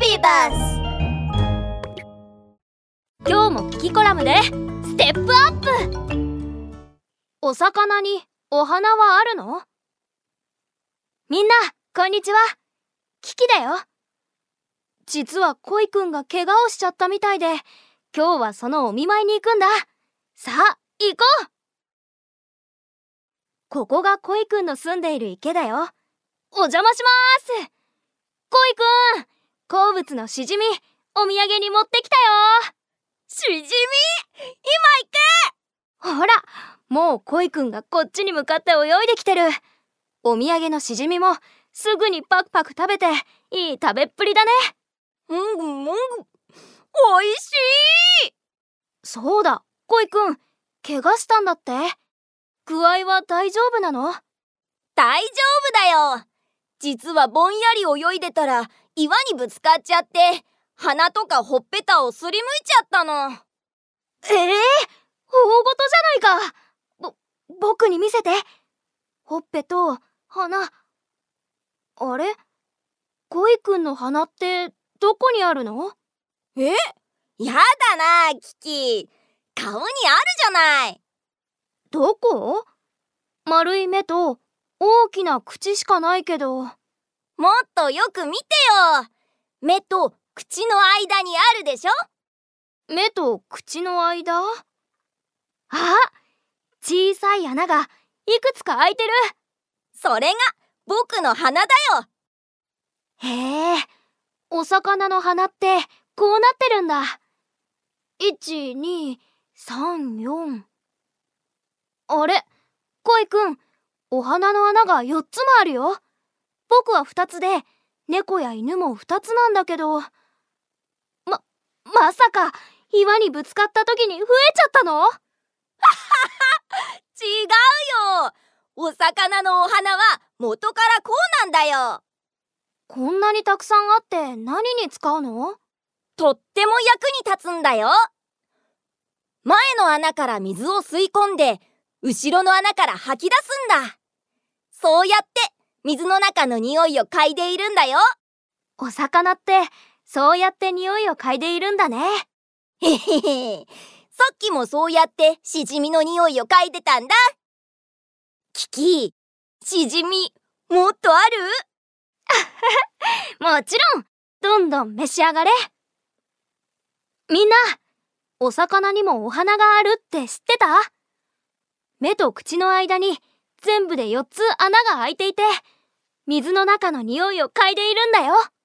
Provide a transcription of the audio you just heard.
ビバス。 今日もキキコラムでステップアップ。お魚にお花はあるの？みんなこんにちは、キキだよ。実はコイくんが怪我をしちゃったみたいで、今日はそのお見舞いに行くんだ。さあ行こう。ここがコイくんの住んでいる池だよ。お邪魔します。コイくん、好物のシジミお土産に持ってきたよ。 シジミ、今行ほら、もうコイくんがこっちに向かって泳いできてる。お土産のシジミもすぐにパクパク食べて、いい食べっぷりだね。 もぐもぐ、おいしい。 そうだ、コイくん、怪我したんだって。具合は大丈夫なの？ 大丈夫だよ。実はぼんやり泳いでたら岩にぶつかっちゃって、鼻とかほっぺたをすりむいちゃったの。 大事じゃないか。僕に見せて。ほっぺと鼻。あれ？コイくんの鼻ってどこにあるの？ やだな、キキ。顔にあるじゃない。 どこ？丸い目と大きな口しかないけど。 もっとよく見てよ。目と口の間にあるでしょ。 目と口の間？小さい穴がいくつか開いてる。 それが僕の鼻だよ。 へえ、お魚の鼻ってこうなってるんだ。1、2、3、4。あれ、コイくん、お花の穴が4つもあるよ。僕は2つで、猫や犬も2つなんだけど。まさか岩にぶつかった時に増えちゃったの？ 違うよ。お魚のお花は元からこうなんだよ。 こんなにたくさんあって何に使うの？ とっても役に立つんだよ。前の穴から水を吸い込んで、後ろの穴から吐き出すんだ。そうやって水の中の匂いを嗅いでいるんだよ。 お魚ってそうやって匂いを嗅いでいるんだね。 へへへ。さっきもそうやってシジミの匂いを嗅いでたんだ。キキ、シジミもっとある？ もちろん、どんどん召し上がれ。みんな、お魚にもお花があるって知ってた？目と口の間に全部で4つ穴が開いていて、水の中の匂いを嗅いでいるんだよ。